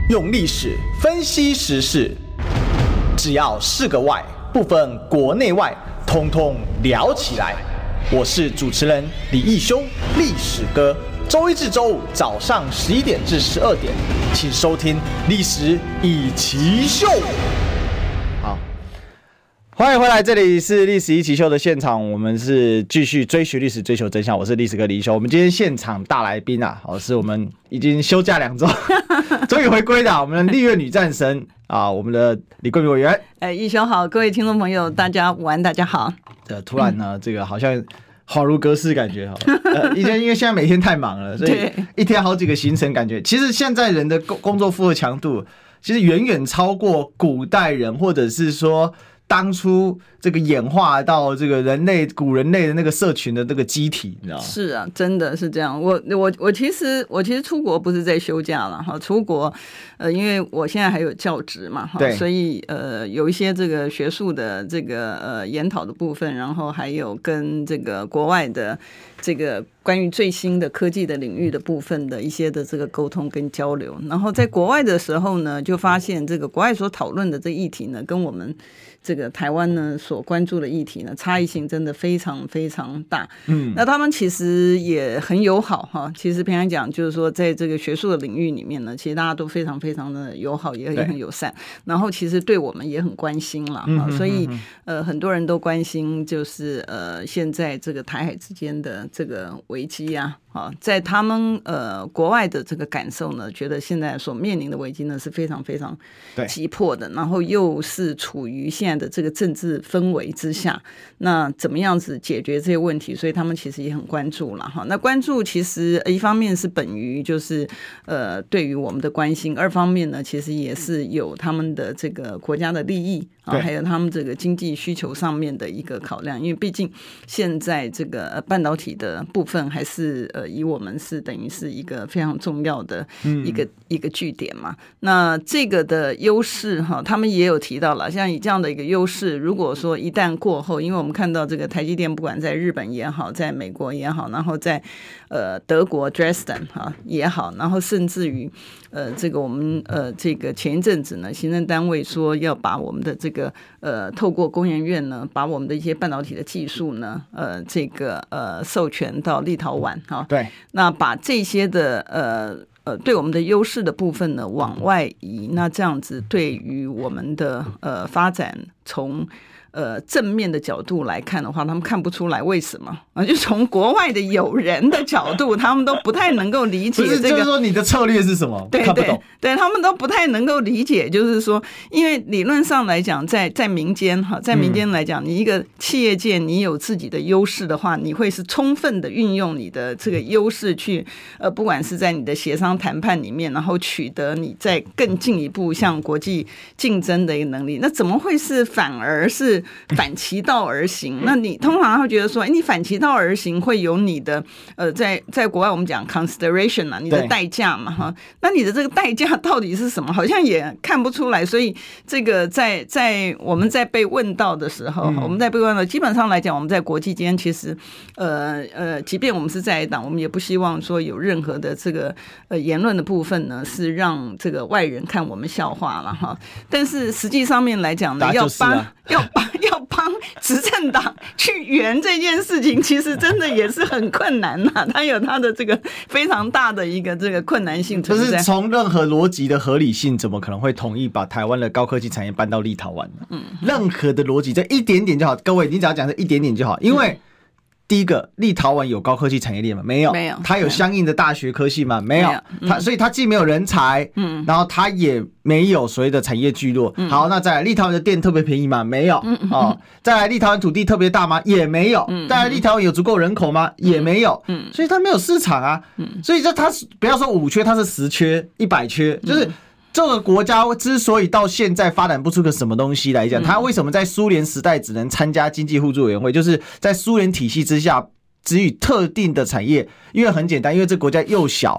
用历史分析时事，只要是个“外”，不分国内外，通通聊起来。我是主持人李义修，历史哥。周一至周五早上11点至12点，请收听《历史一起秀》。好，欢迎回来，这里是《历史一起秀》的现场，我们是继续追寻历史，追求真相。我是历史哥李义修。我们今天现场大来宾啊，是我们已经休假2周，终于回归的我们的丽月女战神啊，我们的李桂明委员。 义修好，各位听众朋友，大家午安，大家好。 突然呢，这个好像恍如隔世感觉因为现在每天太忙了，所以一天好几个行程，感觉其实现在人的工作负荷强度，其实远远超过古代人，或者是说当初这个演化到这个古人类的那个社群的那个机体，你知道吗？是啊，真的是这样。我其实出国不是在休假了哈，出国因为我现在还有教职嘛哈，所以有一些这个学术的这个研讨的部分，然后还有跟这个国外的这个关于最新的科技的领域的部分的一些的这个沟通跟交流。然后在国外的时候呢，就发现这个国外所讨论的这议题呢，跟我们这个台湾呢所关注的议题呢，差异性真的非常非常大。那他们其实也很友好哈。其实平常讲就是说，在这个学术的领域里面呢，其实大家都非常非常的友好，也很友善。然后其实对我们也很关心啦。所以很多人都关心，就是现在这个台海之间的这个危机啊。在他们国外的这个感受呢，觉得现在所面临的危机呢是非常非常急迫的，然后又是处于现在的这个政治氛围之下，那怎么样子解决这些问题？所以他们其实也很关注了哈。那关注其实一方面是本于就是对于我们的关心，二方面呢其实也是有他们的这个国家的利益啊，还有他们这个经济需求上面的一个考量，因为毕竟现在这个半导体的部分还是以我们是等于是一个非常重要的一个据点嘛。那这个的优势哈，他们也有提到了，像以这样的一个优势，如果说一旦过后，因为我们看到这个台积电不管在日本也好，在美国也好，然后在德国 Dresden 也好，然后甚至于这个我们这个前一阵子呢，行政单位说要把我们的这个透过工研院呢，把我们的一些半导体的技术呢这个授权到立陶宛哈。 对， 那把这些的对我们的优势的部分呢往外移，那这样子对于我们的发展从正面的角度来看的话，他们看不出来为什么就从国外的友人的角度，他们都不太能够理解这个。 就是说你的策略是什么？ 对看不懂。 对，他们都不太能够理解，就是说，因为理论上来讲，在民间哈，在民间来讲，你一个企业界你有自己的优势的话，你会是充分的运用你的这个优势去不管是在你的协商谈判里面，然后取得你在更进一步向国际竞争的一个能力。那怎么会是反而是反其道而行？那你通常会觉得说，你反其道而行会有你的在国外我们讲 consideration 啊，你的代价嘛哈。那你的这个代价到底是什么？好像也看不出来。所以这个在我们在被问到的时候，我们在被问到，基本上来讲，我们在国际间其实即便我们是在野党，我们也不希望说有任何的这个言论的部分呢是让这个外人看我们笑话了哈。但是实际上面来讲呢，要帮执政党去圆这件事情，其实真的也是很困难呐。它有它的这个非常大的一个这个困难性存在。 就是从任何逻辑的合理性，怎么可能会同意把台湾的高科技产业搬到立陶宛呢？任何的逻辑，这一点点就好。各位，你只要讲这一点点就好，因为第一个，立陶宛有高科技产业链吗？没有，它有相应的大学科系吗？没有，所以它既没有人才，然后它也没有所谓的产业聚落。好，那再来，立陶宛的电特别便宜吗？没有。再来，立陶宛土地特别大吗？也没有。再来，立陶宛有足够人口吗？也没有。所以它没有市场啊。所以它不要说5缺，它是10缺、100缺，就是这个国家之所以到现在发展不出个什么东西来讲，它为什么在苏联时代只能参加经济互助委员会，就是在苏联体系之下只与特定的产业，因为很简单，因为这国家又小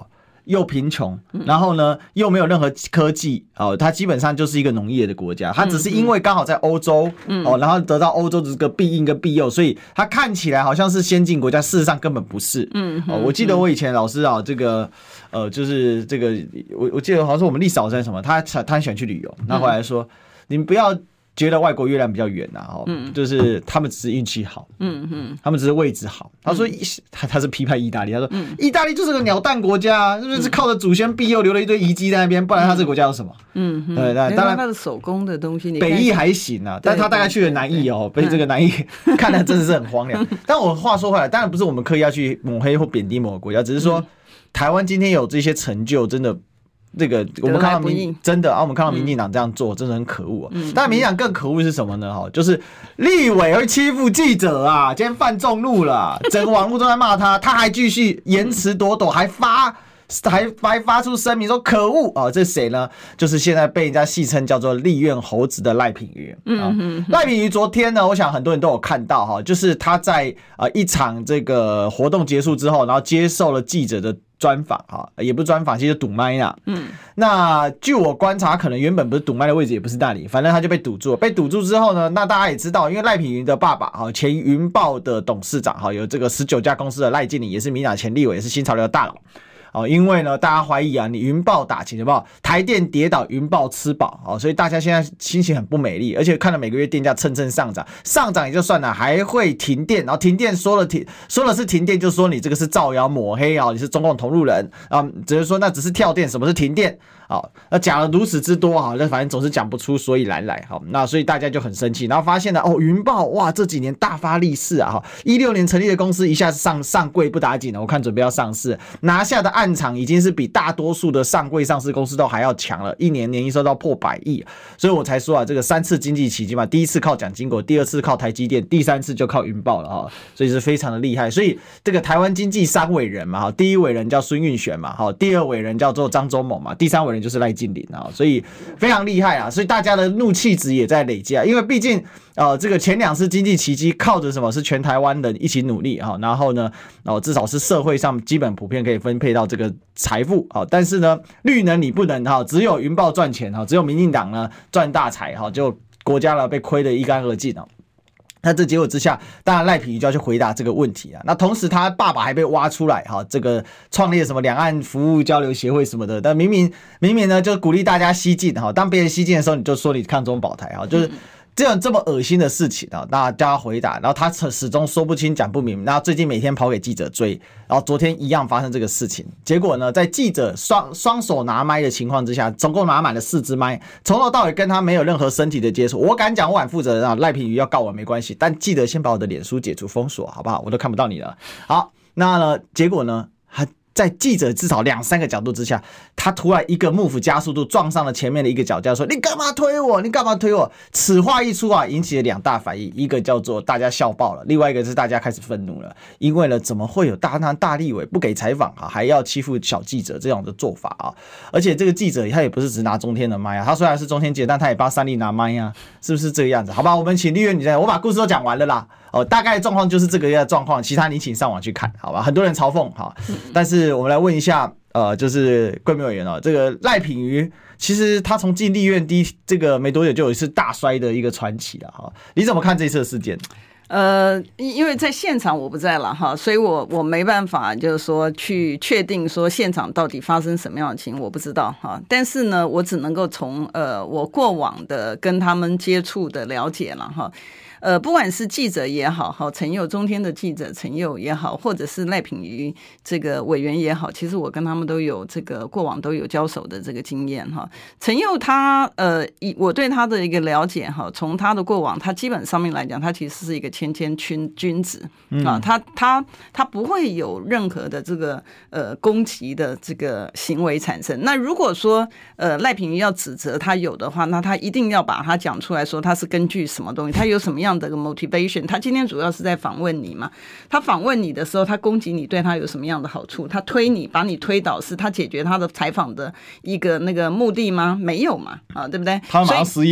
又贫穷，然后呢又没有任何科技，它基本上就是一个农业的国家，它只是因为刚好在欧洲，然后得到欧洲的这个庇荫跟庇佑，所以它看起来好像是先进国家，事实上根本不是。我记得我以前老师这个就是这个我记得好像是我们历史老师什么，他很喜欢去旅游，然后后来说你们不要觉得外国月亮比较圆就是他们只是运气好，他们只是位置好。他说他是批判意大利，他说意大利就是个鸟蛋国家，就是靠着祖先庇佑留了一堆遗迹在那边，不然他这个国家有什么？对，当然他的手工的东西， 北意还行啊，但他大概去了南意被这个南意看得真的是很荒凉。但我话说回来，当然不是我们刻意要去抹黑或贬低某个国家，只是说台湾今天有这些成就，真的。这个我们看到真的我们看到民进党这样做，真的很可恶。但民进党更可恶是什么呢？就是立委会欺负记者啊，今天犯众怒了，整个网络都在骂他，他还继续言辞朵朵，还发出声明说可恶这是谁呢？就是现在被人家戏称叫做立院猴子的赖品妤。赖品妤昨天呢，我想很多人都有看到就是他在一场这个活动结束之后，然后接受了记者的专访也不是专访，其实堵麦啦。那据我观察，可能原本不是堵麦的位置，也不是那里，反正他就被堵住了。被堵住之后呢，那大家也知道，因为赖品妤的爸爸前云豹的董事长有这个19家公司的赖经理，也是民进党前立委，也是新潮流的大佬。因为呢，大家怀疑你云豹打情有没有？台电跌倒，云豹吃饱所以大家现在心情很不美丽，而且看到每个月电价蹭上涨，上涨也就算了，还会停电，然后停电说了是停电，就说你这个是造谣抹黑你是中共同路人只是说那只是跳电，什么是停电？那讲了如此之多那反正总是讲不出所以然来那所以大家就很生气，然后发现了云豹哇这几年大发利市16年成立的公司一下子上柜不打紧了，我看准备要上市，拿下的案场已经是比大多数的上柜上市公司都还要强了，一年年营收到破100亿，所以我才说这个3次经济奇迹嘛，第一次靠蒋经国，第二次靠台积电，第三次就靠云豹了所以是非常的厉害。所以这个台湾经济3伟人嘛第一伟人叫孙运璇嘛第二伟人叫做张忠谋嘛，第三伟人就是赖净霖所以非常厉害所以大家的怒气值也在累积因为毕竟这个前2次经济奇迹靠着什么？是全台湾人一起努力然后呢至少是社会上基本普遍可以分配到这个财富但是呢绿能你不能只有云豹赚钱只有民进党呢赚大财就国家呢被亏得一干二净那这结果之下，当然赖品妤就要去回答这个问题那同时他爸爸还被挖出来这个创立什么两岸服务交流协会什么的，但明明呢就鼓励大家西进当别人西进的时候，你就说你抗中保台就是这么恶心的事情大家要回答，然后他始终说不清讲不明，然后最近每天跑给记者追，然后昨天一样发生这个事情，结果呢在记者双手拿麦的情况之下，总共拿满了4支麦，从头到尾跟他没有任何身体的接触，我敢讲我很负责任赖品妤要告我没关系，但记得先把我的脸书解除封锁好不好，我都看不到你了。好，那呢结果呢在记者至少2-3个角度之下，他突然一个幕府加速度撞上了前面的一个脚架，说你干嘛推我？你干嘛推我？此话一出引起了2大反应，一个叫做大家笑爆了，另外一个是大家开始愤怒了，因为呢怎么会有大立委不给采访还要欺负小记者这样的做法而且这个记者他也不是只拿中天的麦他虽然是中天记者，但他也帮三立拿麦是不是这个样子？好吧，我们请立院女生，我把故事都讲完了啦大概状况就是这个状况，其他你请上网去看好吧，很多人嘲讽但是我们来问一下就是贵民委员这个赖品妤其实他从进立院这个没多久就有一次大摔的一个传奇了你怎么看这次的事件？ 因为在现场我不在了所以我没办法就是说去确定说现场到底发生什么样的情况，我不知道但是呢我只能够从我过往的跟他们接触的了解了不管是记者也好陈佑中天的记者陈佑也好，或者是赖品妤这个委员也好，其实我跟他们都有这个过往都有交手的这个经验陈佑他我对他的一个了解从他的过往，他基本上面来讲，他其实是一个谦君子他不会有任何的这个攻击的这个行为产生。那如果说赖品妤要指责他有的话，那他一定要把它讲出来，说他是根据什么东西，他有什么样的 motivation。 他今天主要是在访问你嘛，他访问你的时候，他攻击你对他有什么样的好处？他推你把你推倒，是他解决他的采访的一个那个目的吗？没有嘛对不对？ 他马上失业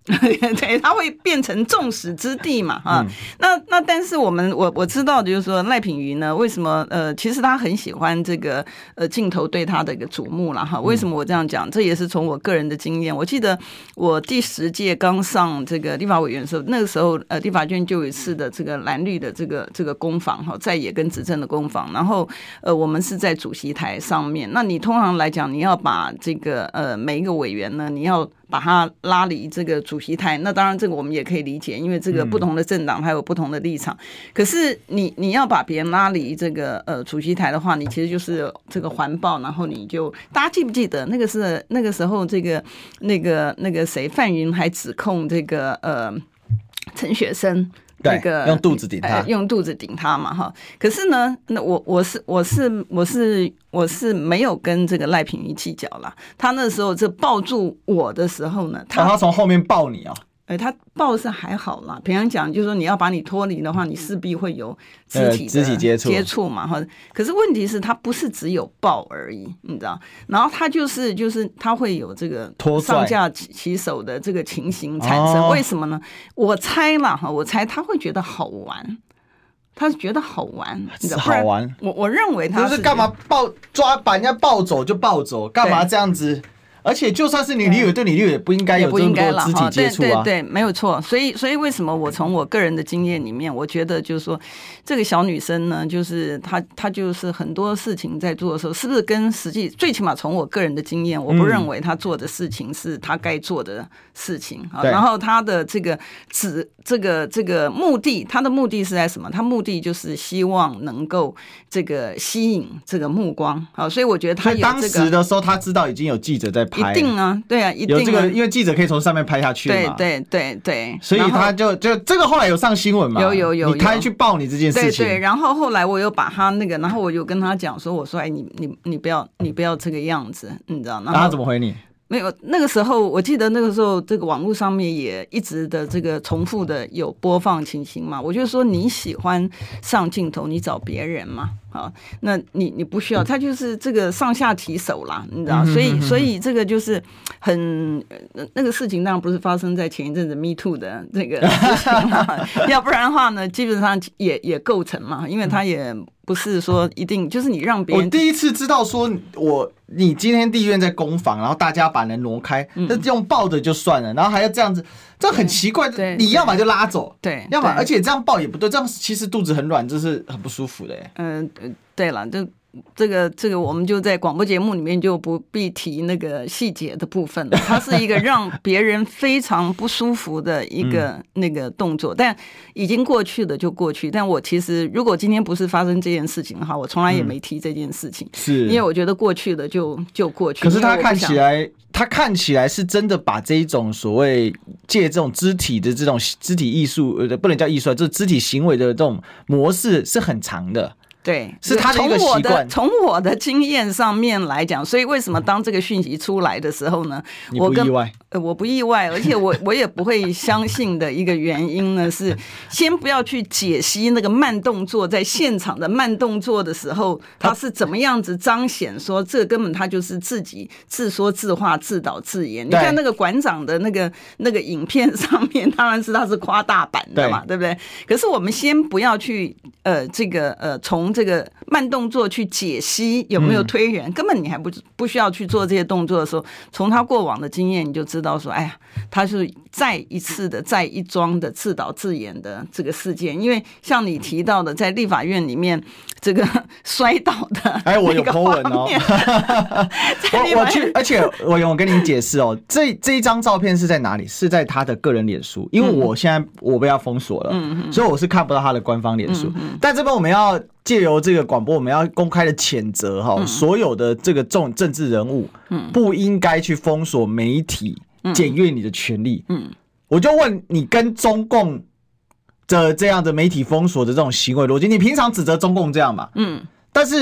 对，它会变成众矢之的嘛，那但是我知道就是说赖品妤呢，为什么其实他很喜欢这个镜头对他的一个瞩目啦哈。为什么我这样讲？这也是从我个人的经验。我记得我第10届刚上这个立法委员的时候，那个时候立法院就有一次的这个蓝绿的这个攻防哈，在野跟执政的攻防，然后我们是在主席台上面。那你通常来讲，你要把这个每一个委员呢，你要把它拉离这个主席台，那当然这个我们也可以理解，因为这个不同的政党还有不同的立场。可是你要把别人拉离这个主席台的话，你其实就是这个环抱，然后你就大家记不记得那个时候这个那个谁范云还指控这个陈雪生。 对，用肚子顶他， 用肚子顶他嘛哈。可是呢，那我是没有跟这个赖品妤计较啦。他那时候这抱住我的时候呢， 他从后面抱你啊。 他抱是还好啦，平常讲就是说你要把你脱离的话，你势必会有肢体接触嘛哈。可是问题是他不是只有抱而已，你知道？然后他就是他会有这个上下其手的这个情形产生，为什么呢？我猜啦哈，我猜他会觉得好玩。他是觉得好玩， 好玩。 我认为他就是干嘛把人家抱走就抱走，干嘛这样子？而且就算是你立委对你立委也不应该有这么多肢体接触啊。 对，没有错。所以为什么我从我个人的经验里面，我觉得就是说，这个小女生呢，就是她就是很多事情在做的时候，是不是跟实际最起码从我个人的经验，我不认为她做的事情是她该做的事情啊。然后她的这个目的，她的目的是在什么？她目的就是希望能够这个吸引这个目光啊。所以我觉得她有当时的时候，她知道已经有记者在拍。 一定啊，对啊，一定啊， 有这个，因为记者可以从上面拍下去嘛。 对， 所以他就这个后来有上新闻嘛？ 有，你他去报你这件事情。 对，然后后来我有把他那个，然后我有跟他讲说，我说哎，你不要这个样子，你知道？然后他怎么回你？ 没有，那个时候我记得那个时候这个网络上面也一直的这个重复的有播放情形嘛。我就说你喜欢上镜头，你找别人嘛。啊，那你不需要，他就是这个上下其手啦，你知道，所以这个就是很那个事情，当然不是发生在前一阵子 Me Too 的这个事情嘛，要不然的话呢，基本上也构成嘛，因为他也不是说一定就是你让别人。 我第一次知道说你今天地院在攻防，然后大家把人挪开，那用抱着就算了，然后还要这样子。这很奇怪，你要么就拉走， 对， 要么而且这样抱也不对，这样其实肚子很软，这是很不舒服的。 对了，这个我们就在广播节目里面就不必提那个细节的部分了。它是一个让别人非常不舒服的一个那个动作，但已经过去的就过去。但我其实如果今天不是发生这件事情的话，我从来也没提这件事情，是因为我觉得过去的就过去。 可是他看起来是真的把这一种所谓借这种肢体的这种肢体艺术，不能叫艺术，就是肢体行为的这种模式是很长的。 对， 是他的一个习惯。 从我的经验上面来讲，所以为什么当这个讯息出来的时候呢， 你不意外？ 我不意外，而且我也不会相信的一个原因呢，是先不要去解析那个慢动作，在现场的慢动作的时候，他是怎么样子彰显说这根本他就是自己自说自话、自导自演。你看那个馆长的那个影片上面，当然是他是夸大版的嘛，对不对？可是我们先不要去从这个慢动作去解析有没有推人，根本你还不需要去做这些动作的时候，从他过往的经验你就知道说，哎呀，他是再一次的再一桩的自导自演的这个事件。因为像你提到的，在立法院里面这个摔倒的， 我有 po 文哦，我去，而且我跟你解释哦，这一张照片是在哪里？是在他的个人脸书，因为我现在我被他封锁了，所以我是看不到他的官方脸书。但这边我们要借由这个广播，我们要公开的谴责所有的这个政治人物，不应该去封锁媒体，检阅你的权利。我就问你，跟中共的这样的媒体封锁的这种行为逻辑，你平常指责中共这样嘛？但是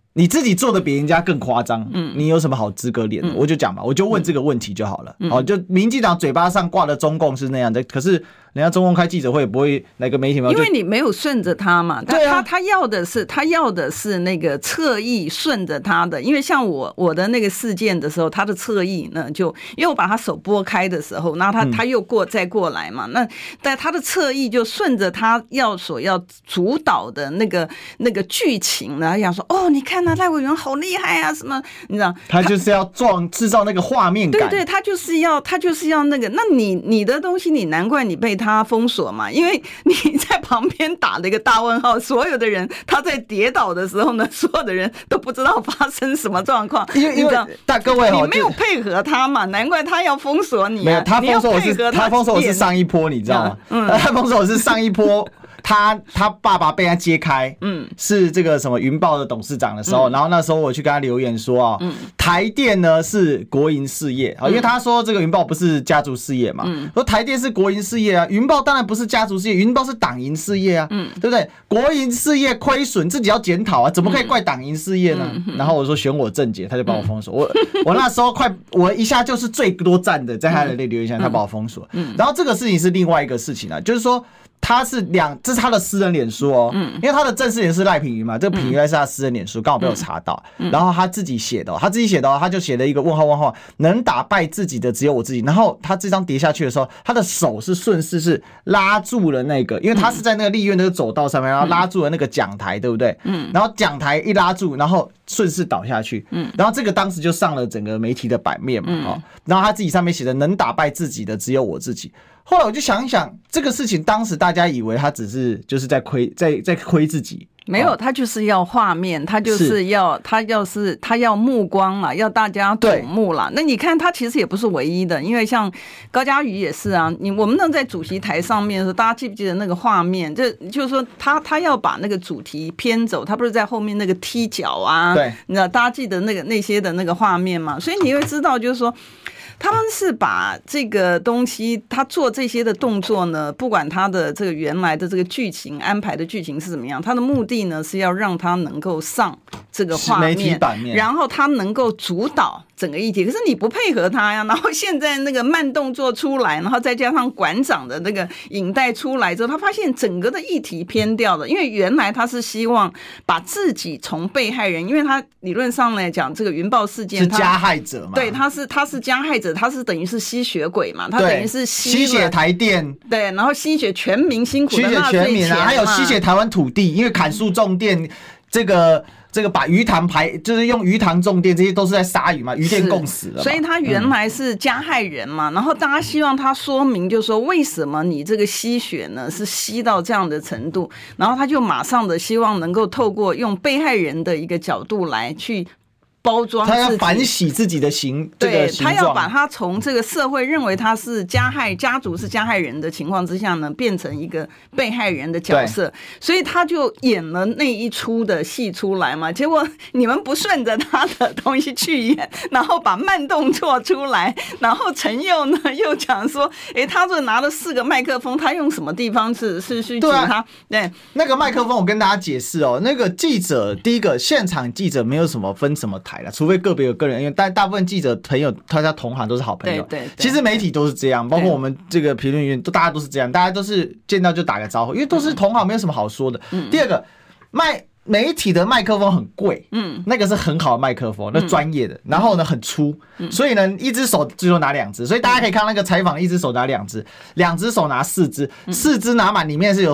你自己做的比人家更夸张，你有什么好资格脸的？我就讲嘛，我就问这个问题就好了。就民进党嘴巴上挂的中共是那样的，可是人家中共开记者会也不会哪个媒体， 因为你没有顺着他嘛。 对啊， 他要的是那个侧翼顺着他的，因为像我的那个事件的时候，他的侧翼呢，就因为我把他手拨开的时候，那他又再过来嘛，那但他的侧翼就顺着他所要主导的那个剧情呢，他想说哦，你看赖委员好厉害啊，什么你知道？ 他就是要制造那个画面感， 对，他就是要那个。那你的东西，你难怪你被他封锁嘛，因为你在旁边打了一个大问号，所有的人他在跌倒的时候呢，所有的人都不知道发生什么状况， 因为各位你没有配合他嘛，难怪他要封锁你啊。 没有，他封锁我是上一波，你知道吗？他封锁我是上一波。他爸爸被他揭开，是这个什么云豹的董事长的时候，然后那时候我去跟他留言说台电呢是国营事业因为他说这个云豹不是家族事业嘛，说台电是国营事业啊，云豹当然不是家族事业，云豹是党营事业啊，对不对？国营事业亏损自己要检讨啊，怎么可以怪党营事业呢？然后我说选我正解，他就把我封锁。我那时候我一下就是最多赞的，在他的留言下，他把我封锁。然后这个事情是另外一个事情啊，就是说。这是他的私人脸书因为他的正式脸是赖品妤嘛，这个品妤是他私人脸书，刚好被我查到，然后他自己写的，他就写了一个问号，能打败自己的只有我自己，然后他这张跌下去的时候，他的手是顺势是拉住了那个，因为他是在那个立院那个走道上面，然后拉住了那个讲台，对不对？然后讲台一拉住，然后顺势倒下去，然后这个当时就上了整个媒体的版面嘛，然后他自己上面写的能打败自己的只有我自己。后来我就想一想，这个事情当时大家以为他只是就是在亏自己， 没有，他就是要画面，他就是要他要目光啦，要大家瞩目啦。那你看他其实也不是唯一的，因为像高嘉瑜也是啊。我们那在主席台上面的时候，大家记不记得那个画面？就是说他要把那个主题偏走，他不是在后面那个踢脚啊？ 对， 你知道大家记得那些的那个画面嘛？所以你会知道，就是说。他们是把这个东西，他做这些的动作呢，不管他的这个原来的这个剧情安排的剧情是怎么样，他的目的呢是要让他能够上这个画面， 媒体版面， 然后他能够主导整个议题。可是你不配合他呀，然后现在那个慢动作出来，然后再加上馆长的那个影带出来之后，他发现整个的议题偏掉了，因为原来他是希望把自己从被害人，因为他理论上来讲，这个云豹事件是加害者嘛， 对，他是加害者。他是等于是吸血鬼嘛，他等于是吸血台电， 对，然后吸血全民辛苦的纳税钱还有吸血台湾土地，因为砍树种电，这个把鱼塘就是用鱼塘种电，这些都是在杀鱼嘛，鱼电共死了嘛。 所以他原来是加害人嘛，然后大家希望他说明，就是说为什么你这个吸血呢是吸到这样的程度，然后他就马上的希望能够透过用被害人的一个角度来去。包装自己， 他要反洗自己的对，他要把他从这个社会认为他是家族是加害人的情况之下呢，变成一个被害人的角色，所以他就演了那一出的戏出来嘛。结果你们不顺着他的东西去演，然后把慢动作出来，然后陈佑呢又讲说，他这拿了4个麦克风，他用什么地方是去请他？对， 那个麦克风我跟大家解释那个记者第一个现场记者没有什么分什么台。除非个别有个人，因为大部分记者朋友，他家同行都是好朋友。 对， 其实媒体都是这样，包括我们这个评论员，大家都是这样，大家都是见到就打个招呼，因为都是同行，没有什么好说的。第二个，媒体的麦克风很贵，那个是很好的麦克风，那专业的，然后呢很粗，所以呢一只手最多拿2只，所以大家可以看那个采访，一只手拿2只，2只手拿4只，4只拿满，里面是有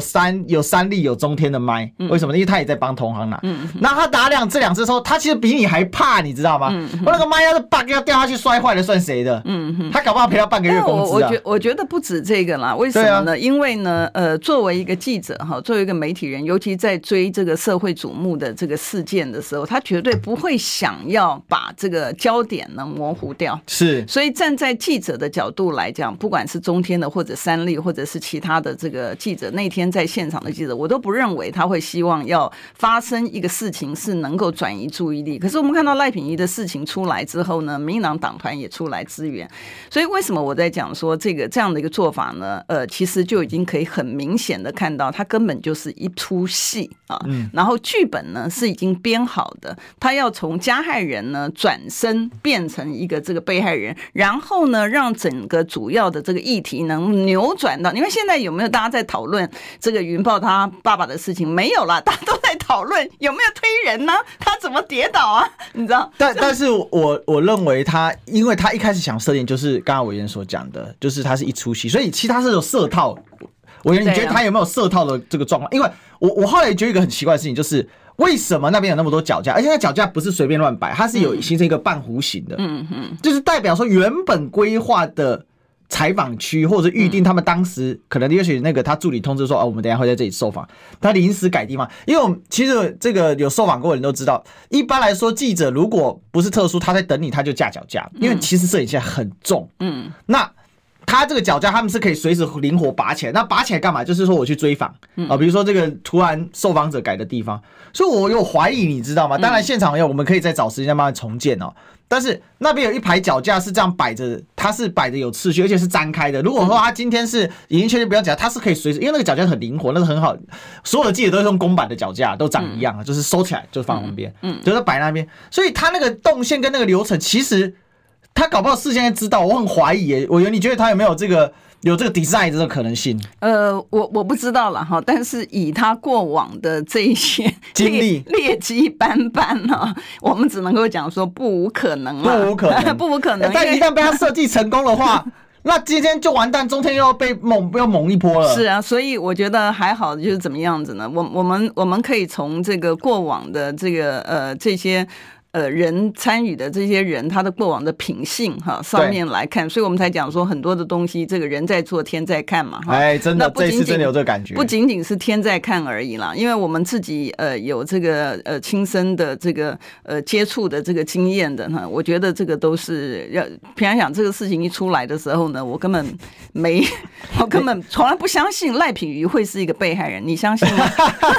3粒有中天的麦，为什么？因为他也在帮同行拿，那他拿这2只的时候，他其实比你还怕，你知道吗？我那个麦要是bug要掉下去摔坏了，算谁的？他搞不好赔到半个月工资啊！ 我觉得不止这个啦，为什么呢？因为呢，作为一个记者哈，作为一个媒体人，尤其在追这个社会瞩目的这个事件的时候，他绝对不会想要把这个焦点呢模糊掉。 是， 所以站在记者的角度来讲，不管是中天的或者三立，或者是其他的这个记者，那天在现场的记者，我都不认为他会希望要发生一个事情是能够转移注意力。可是我们看到赖品妤的事情出来之后呢，民进党党团也出来支援。所以为什么我在讲说这样的一个做法呢？其实就已经可以很明显的看到，它根本就是一出戏啊。然后剧本呢是已经编好的，他要从加害人呢转身变成一个这个被害人，然后呢让整个主要的这个议题能扭转到，因为现在有没有大家在讨论这个云豹他爸爸的事情？没有啦，大家都在讨论有没有推人呢？他怎么跌倒啊？你知道？ 但是我认为他，因为他一开始想设定就是刚刚委员所讲的，就是他是一出戏，所以其他是有设套。委员，你觉得他有没有设套的这个状况？因为我后来觉得一个很奇怪的事情，就是为什么那边有那么多脚架，而且那脚架不是随便乱摆，它是有形成一个半弧形的，就是代表说原本规划的采访区或者预定，他们当时可能也许那个他助理通知说，我们等一下会在这里受访，他临时改地方。因为我们其实这个有受访过的人都知道，一般来说记者如果不是特殊，他在等你他就架脚架，因为其实摄影器很重，那他这个脚架他们是可以随时灵活拔起来，那拔起来干嘛？就是说我去追访比如说这个突然受访者改的地方，所以我有怀疑，你知道吗？当然现场我们可以再找时间慢慢重建但是那边有一排脚架是这样摆着，它是摆着有次序，而且是张开的。如果说他今天是已经确定不要脚架，它是可以随时，因为那个脚架很灵活，那是很好。所有的记者都是用公版的脚架，都长一样，就是收起来就放旁边，就是摆那边。所以他那个动线跟那个流程，其实他搞不好事先知道，我很怀疑耶。我觉得你觉得他有没有这个 design 这种可能性？ 我不知道了哈，但是以他过往的这一些经历劣迹斑斑我们只能够讲说不无可能了， 不无可能， 不无可能。 但一旦被他设计成功的话，那今天就完蛋，中天又要被猛一波了。 是啊，所以我觉得还好，就是怎么样子呢？我们可以从这个过往的这个这些。人参与的这些人，他的过往的品性上面来看，所以我们才讲说很多的东西，这个人在做天在看嘛真的，这次真的有这个感觉， 不仅仅是天在看而已啦，因为我们自己有这个亲身的这个接触的这个经验的我觉得这个都是要平常讲这个事情一出来的时候呢，我根本从来不相信赖品妤会是一个被害人，你相信吗？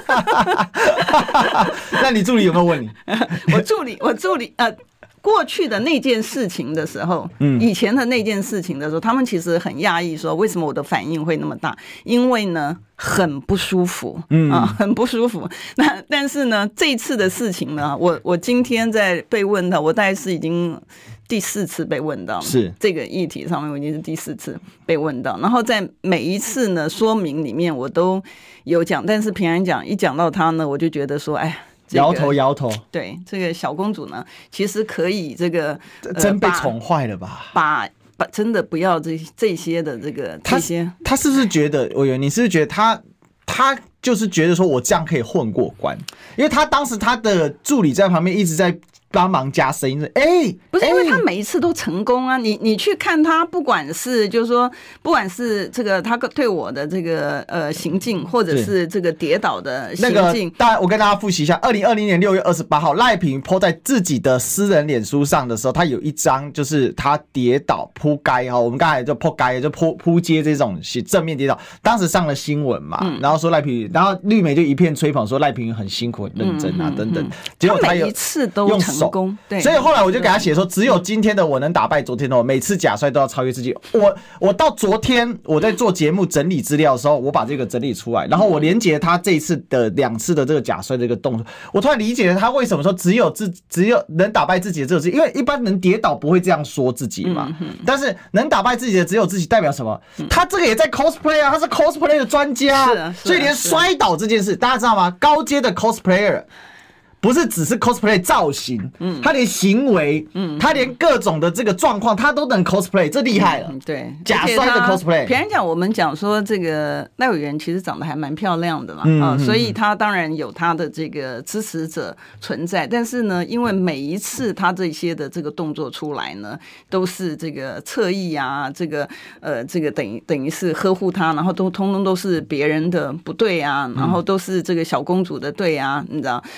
那你助理有没有问你？ 我助理过去的那件事情的时候，以前的那件事情的时候，他们其实很讶异，说为什么我的反应会那么大？因为呢，很不舒服，很不舒服。但是呢，这一次的事情呢，我今天在被问到，我大概是已经第4次被问到， 是这个议题上面我已经是第4次被问到，然后在每一次呢说明里面我都有讲，但是平安讲一讲到他呢，我就觉得说，哎呀。 摇头， 对，这个小公主呢，其实可以这个真被宠坏了吧？ 把真的不要这些的这个这些， 他是不是觉得？我以为你是不是觉得他就是觉得说我这样可以混过关？因为他当时他的助理在旁边一直在帮忙加声音， 不是因为他每一次都成功啊！你去看他，不管是就是说，不管是这个他对我的这个行径，或者是这个跌倒的行径， 当然我跟大家复习一下，2020年6月28号，赖品妤 po 在自己的私人脸书上的时候，他有一张就是他跌倒扑街我们刚才就扑街就扑街这种正面跌倒，当时上了新闻嘛，然后说赖品妤，然后绿媒就一片吹捧说赖品妤很辛苦很认真等等，结果他每一次都用手。对， 所以后来我就给他写说，只有今天的我能打败昨天的我，每次假摔都要超越自己。我到昨天我在做节目整理资料的时候，我把这个整理出来，然后我连结他这一次的2次的这个假摔的这个动作，我突然理解了他为什么说只有能打败自己的这个事，因为一般人跌倒不会这样说自己嘛，但是能打败自己的只有自己，代表什么？他这个也在 cosplay 他是 cosplay 的专家，所以连摔倒这件事，大家知道吗？高阶的 cosplayer。不是只是 cosplay 造型，他连行为，他连各种的这个状况，他都能 cosplay， 这厉害了。 对， 假摔的 cosplay。 平常讲，我们讲说这个赖委员其实长得还蛮漂亮的嘛，所以他当然有他的这个支持者存在。但是呢，因为每一次他这些的这个动作出来呢，都是这个侧翼啊，这个等于是呵护他，然后通通都是别人的不对啊，然后都是这个小公主的对啊，你知道，所以造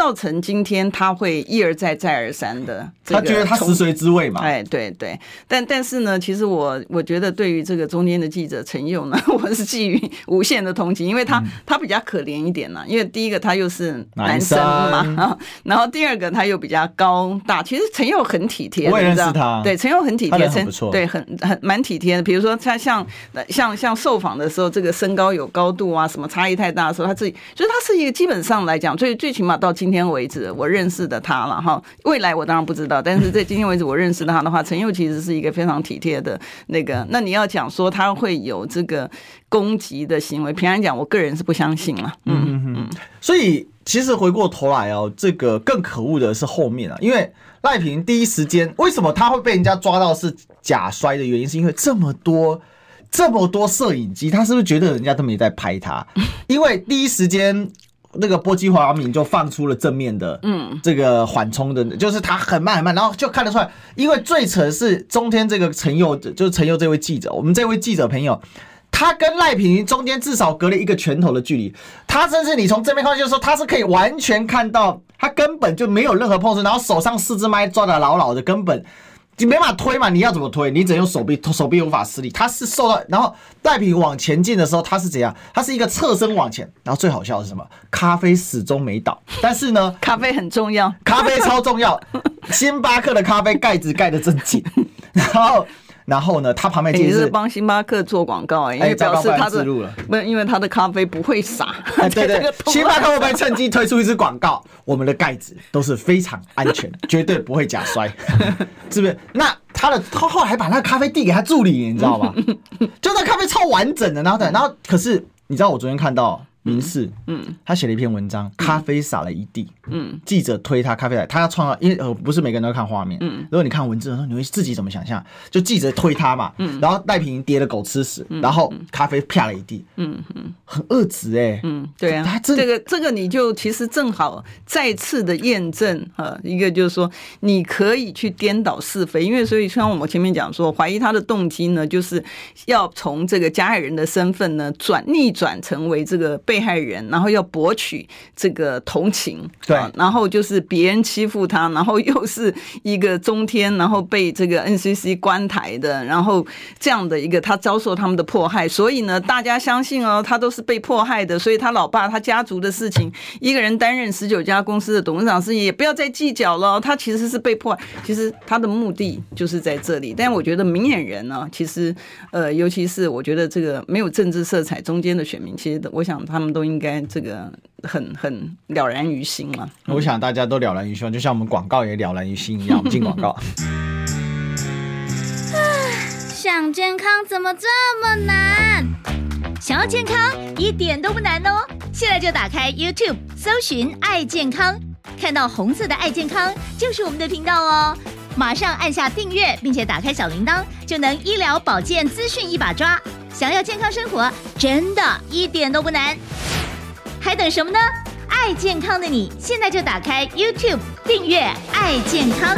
造成今天他会一而再再而三的他觉得他食髓知味嘛。 对，但是呢，其实我觉得对于这个中间的记者陈佑呢，我是寄予无限的同情，因为他比较可怜一点呢，因为第一个他又是男生嘛，然后第二个他又比较高大，其实陈佑很体贴， 我也认识他， 对，陈佑很体贴， 很不错， 对，很蛮体贴的。比如说他像受访的时候，这个身高有高度啊，什么差异太大的时候，他自己就是他是一个基本上来讲，最起码到今天为止我认识的他了哈，未来我当然不知道，但是在今天为止我认识他的话，陈佑其实是一个非常体贴的那个。那你要讲说他会有这个攻击的行为，平安讲，我个人是不相信了。 所以其实回过头来哦，这个更可恶的是后面啊，因为赖品第一时间为什么他会被人家抓到是假摔的原因，是因为这么多摄影机，他是不是觉得人家都没在拍他？因为第一时间那个波基华明就放出了正面的，这个缓冲的，就是他很慢，然后就看得出来。因为最扯的是中间这个陈佑，就是陈佑这位记者，我们这位记者朋友，他跟赖品中间至少隔了一个拳头的距离，他甚至你从这边看，就是说他是可以完全看到，他根本就没有任何碰触，然后手上4支麦抓得牢牢的，根本你没办法推嘛，你要怎么推？你只能用手臂无法施力。他是受到，然后赖品往前进的时候，他是怎样？他是一个侧身往前，然后最好笑的是什么？咖啡始终没倒，但是呢， 咖啡很重要， 咖啡超重要。星巴克的咖啡盖子盖得真紧，然后呢，他旁边其实是帮星巴克做广告，因为表示他的不是因为他的咖啡不会洒。 对，星巴克会不会趁机推出一支广告？我们的盖子都是非常安全，绝对不会假摔，是不是？那他后来还把那个咖啡递给他助理，你知道吗？就那咖啡超完整的，然后可是你知道我昨天看到民视，他写了一篇文章，咖啡洒了一地，记者推他咖啡他要创造，因为不是每个人都看画面，如果你看文字的时候，你会自己怎么想象？就记者推他嘛，然后赖品跌了狗吃屎，然后咖啡啪了一地，很恶质对啊，这个你就其实正好再次的验证一个就是说你可以去颠倒是非，因为所以像我们前面讲说，怀疑他的动机呢，就是要从这个加害人的身份呢逆转成为这个被害人，然后要博取这个同情， 对， 然后就是别人欺负他，然后又是一个中天，然后被这个 NCC 关台的，然后这样的一个他遭受他们的迫害，所以呢，大家相信他都是被迫害的，所以他老爸他家族的事情，一个人担任19家公司的董事长事情也不要再计较了，他其实是被迫害，其实他的目的就是在这里。但我觉得明眼人呢，其实尤其是我觉得这个没有政治色彩中间的选民，其实我想他们都应该这个很了然于心了。 我想大家都了然于心，就像我们广告也了然于心一样。我们进广告。 想健康怎么这么难？想要健康一点都不难哦！现在就打开 YouTube 搜寻爱健康，看到红色的爱健康就是我们的频道哦。马上按下订阅，并且打开小铃铛，就能医疗保健资讯一把抓。想要健康生活，真的一点都不难，还等什么呢？爱健康的你，现在就打开 YouTube 订阅爱健康。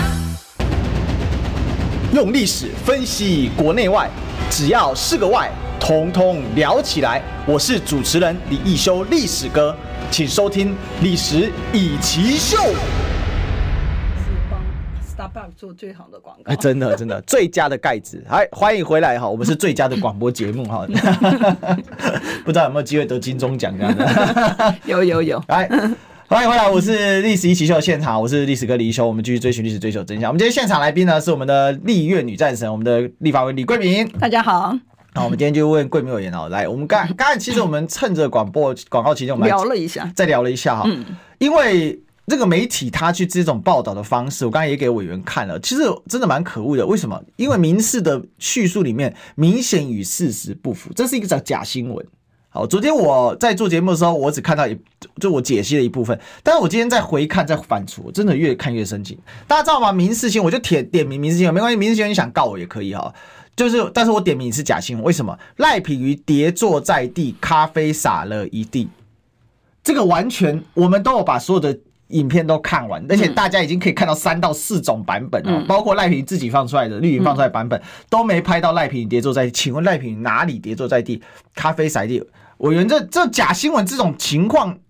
用历史分析国内外，只要是个外，统统聊起来。我是主持人李义修，历史哥，请收听《历史以奇秀》。 Starbucks 做最好的广告， 真的最佳的盖子。欢迎回来哈，我们是最佳的广播节目哈。不知道有没有机会得金钟奖这样的？ 有。 来，欢迎回来，我是历史一起秀的现场，我是历史哥李一修，我们继续追寻历史，追求真相。我们今天现场来宾呢是我们的立院女战神，我们的立法委员李桂敏。 大家好。 好，我们今天就问桂敏委员来，我们刚才其实我们趁着广告期间，我们聊了一下， 再聊了一下哈，因为这个媒体他去这种报道的方式，我刚才也给委员看了，其实真的蛮可恶的。为什么？因为民视的叙述里面明显与事实不符，这是一个假新闻。好，昨天我在做节目的时候，我只看到就我解析了一部分，但是我今天再回看再反刍，我真的越看越生气。大家知道吗？民视新闻我就点名民视新闻，没关系，民视新闻你想告我也可以哈。但是我点名是假新闻，为什么？赖品妤跌坐在地，咖啡洒了一地，这个完全我们都有把所有的影片都看完，而且大家已经可以看到3到4种版本包括赖品妤自己放出来的、绿营放出来的版本，都没拍到赖品妤跌坐在地。请问赖品妤哪里跌坐在地？咖啡洒地？委员这假新闻这种情况，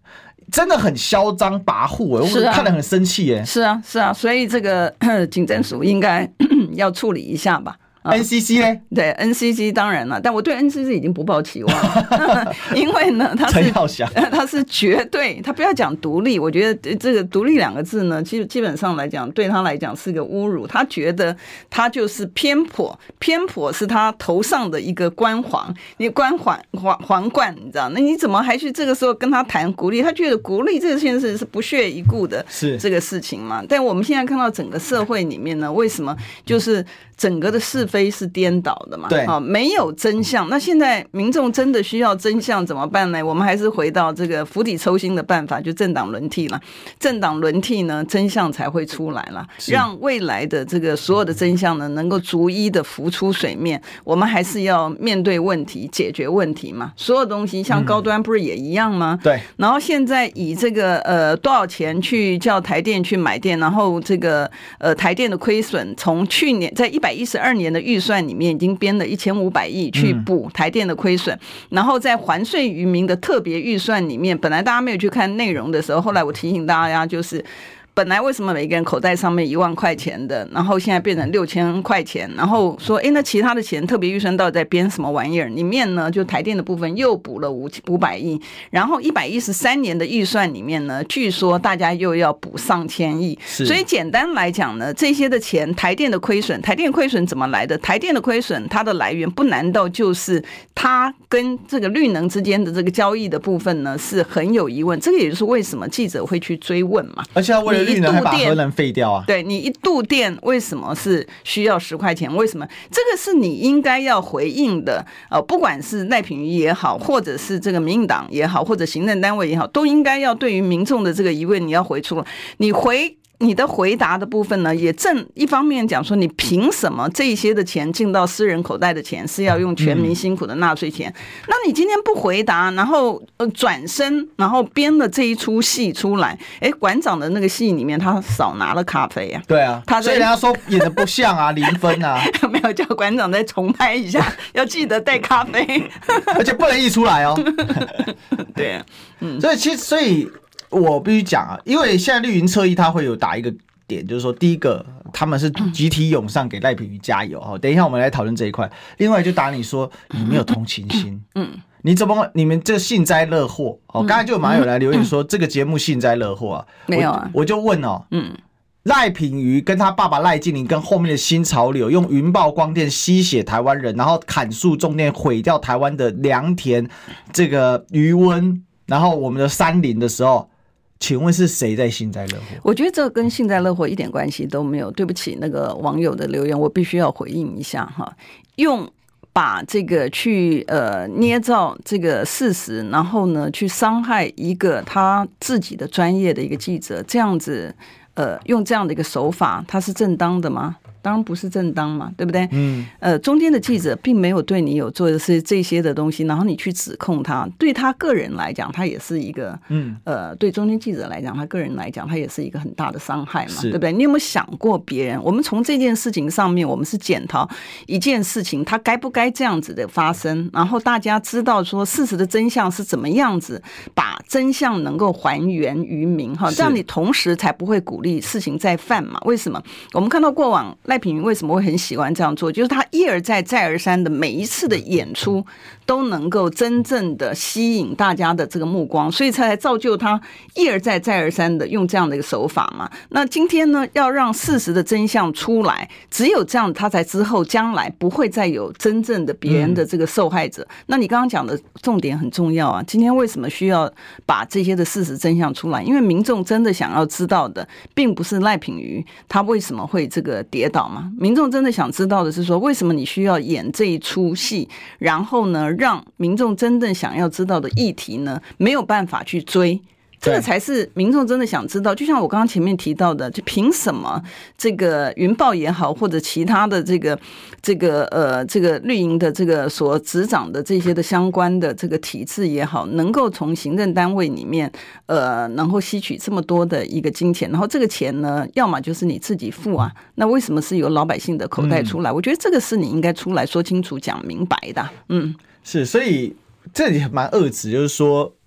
真的很嚣张跋扈我看得很生气是啊，所以这个警政署应该要处理一下吧。 NCC 呢？ 对 NCC 当然了，但我对 NCC 已经不抱期望了，因为呢，他是绝对，他不要讲独立，我觉得这个独立2个字呢，基本上来讲，对他来讲是个侮辱。他觉得他就是偏颇是他头上的一个冠皇，你皇冠，你知道？那你怎么还去这个时候跟他谈孤立？他觉得孤立这件事是不屑一顾的这个事情嘛？但我们现在看到整个社会里面呢，为什么就是整个的是非是颠倒的嘛？ 对， 没有真相。那现在民众真的需要真相怎么办呢？我们还是回到这个釜底抽薪的办法，就政党轮替了。政党轮替呢，真相才会出来了，让未来的这个所有的真相呢，能够逐一的浮出水面。我们还是要面对问题，解决问题嘛。所有东西像高端不是也一样吗？ 对。 然后现在以这个多少钱去叫台电去买电，然后这个台电的亏损从去年在112年的预算里面已经编了1500亿去补台电的亏损，然后在还税于民的特别预算里面，本来大家没有去看内容的时候，后来我提醒大家就是本来为什么每个人口袋上面1万块钱的，然后现在变成6000块钱，然后说那其他的钱特别预算到底在编什么玩意儿？里面呢就台电的部分又补了500亿，然后113年的预算里面呢，据说大家又要补上千亿。所以简单来讲呢，这些的钱台电的亏损怎么来的？台电的亏损它的来源不难道就是它跟这个绿能之间的这个交易的部分呢是很有疑问？这个也就是为什么记者会去追问嘛。 而且为了绿能还把核能废掉啊！ 对，你1度电为什么是需要10块钱？为什么？这个是你应该要回应的。不管是赖品妤也好，或者是这个民进党也好，或者行政单位也好，都应该要对于民众的这个疑问，你要回出了。你的回答的部分呢，也正一方面讲说，你凭什么这些的钱进到私人口袋的钱是要用全民辛苦的纳税钱？那你今天不回答，然后转身，然后编了这一出戏出来，馆长的那个戏里面他少拿了咖啡啊。 对啊，所以人家说演的不像啊，0分啊。 没有叫馆长再重拍一下，要记得带咖啡， 而且不能溢出来哦。 对， 所以我必须讲啊，因为现在绿营侧翼他会有打一个点，就是说，第一个他们是集体涌上给赖品妤加油哈。等一下我们来讨论这一块。另外就打你说你没有同情心，你们这幸灾乐祸哦。刚才就有网友来留言说这个节目幸灾乐祸啊， 没有啊， 我就问哦，赖品妤跟他爸爸赖清德跟后面的新潮流，用云豹光电吸血台湾人，然后砍树种电，毁掉台湾的良田、这个渔温，然后我们的山林的时候。请问是谁在幸灾乐祸？ 我觉得这跟幸灾乐祸一点关系都没有。对不起，那个网友的留言我必须要回应一下哈。用把这个去捏造这个事实，然后呢去伤害一个他自己的专业的一个记者，这样子用这样的一个手法，他是正当的吗？当然不是正当嘛，对不对？中间的记者并没有对你有做的是这些的东西，然后你去指控他，对他个人来讲，他也是一个对中间记者来讲，他个人来讲，他也是一个很大的伤害嘛，对不对？你有没有想过别人？我们从这件事情上面，我们是检讨一件事情，它该不该这样子的发生，然后大家知道说事实的真相是怎么样子，把真相能够还原于民哈，这样你同时才不会鼓励事情再犯嘛？为什么？我们看到过往赖品妤为什么会很喜欢这样做，就是他一而再再而三的每一次的演出都能够真正的吸引大家的这个目光，所以才造就他一而再再而三的用这样的一个手法嘛。那今天呢，要让事实的真相出来，只有这样他才之后将来不会再有真正的别人的这个受害者。那你刚刚讲的重点很重要啊，今天为什么需要把这些的事实真相出来？因为民众真的想要知道的并不是赖品妤他为什么会这个跌倒嘛，民众真的想知道的是说，为什么你需要演这一出戏，然后呢让民众真正想要知道的议题呢没有办法去追，这个才是民众真的想知道。就像我刚刚前面提到的，就凭什么这个云豹也好，或者其他的这个绿营的这个所执掌的这些的相关的这个体制也好，能够从行政单位里面能够吸取这么多的一个金钱，然后这个钱呢，要么就是你自己付啊，那为什么是由老百姓的口袋出来？我觉得这个是你应该出来说清楚、讲明白的。 是，所以这里蛮遏制，就是说。